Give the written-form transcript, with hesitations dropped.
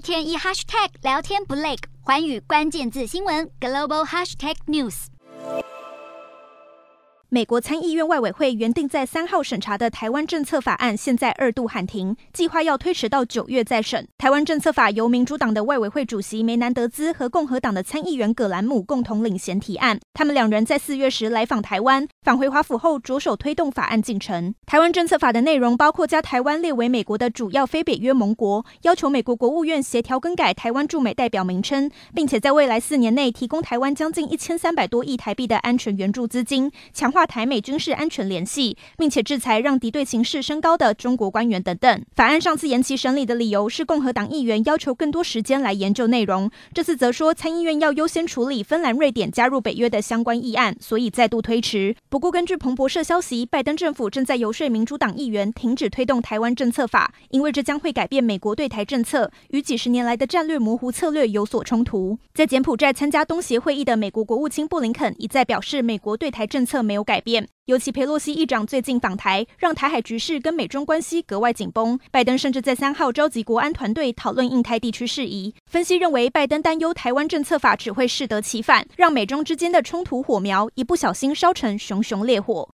天一 hashtag 聊天不累，寰宇关键字新闻 global hashtag news。 美国参议院外委会原定在3号审查的台湾政策法案，现在2度喊停，计划要推迟到9月再审。台湾政策法由民主党的外委会主席梅南德兹和共和党的参议员葛兰姆共同领衔提案。他们2人在4月时来访台湾，返回华府后着手推动法案进程。台湾政策法的内容包括将台湾列为美国的主要非北约盟国，要求美国国务院协调更改台湾驻美代表名称，并且在未来4年内提供台湾将近1300多亿台币的安全援助资金，强化台美军事安全联系，并且制裁让敌对情势升高的中国官员等等。法案上次延期审理的理由是共和党议员要求更多时间来研究内容，这次则说参议院要优先处理芬兰、瑞典加入北约的相关议案，所以再度推迟。不过根据彭博社消息，拜登政府正在游说民主党议员停止推动台湾政策法，因为这将会改变美国对台政策，与几十年来的战略模糊策略有所冲突。在柬埔寨参加东协会议的美国国务卿布林肯一再表示，美国对台政策没有改变。尤其裴洛西议长最近访台，让台海局势跟美中关系格外紧绷。拜登甚至在3号召集国安团队讨论印太地区事宜。分析认为，拜登担忧台湾政策法只会适得其反，让美中之间的冲突火苗一不小心烧成熊熊烈火。